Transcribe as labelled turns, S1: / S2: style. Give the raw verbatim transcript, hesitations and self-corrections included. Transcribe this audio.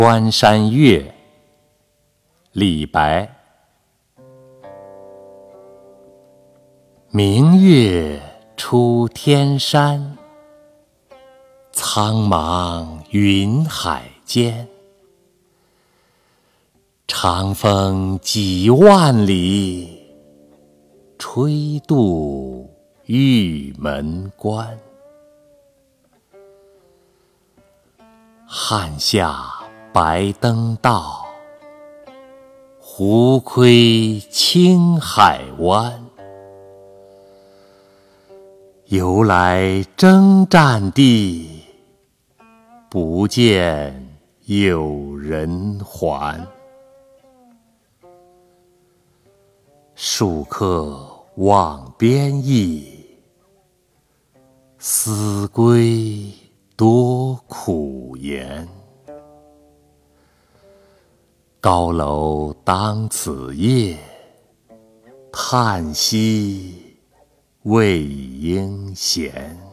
S1: 关山月，李白。明月出天山，苍茫云海间。长风几万里，吹度玉门关。汉下白登道，胡窥青海湾。由来征战地，不见有人还。戍客望边邑，思归多苦颜。高楼当此夜，叹息未应闲。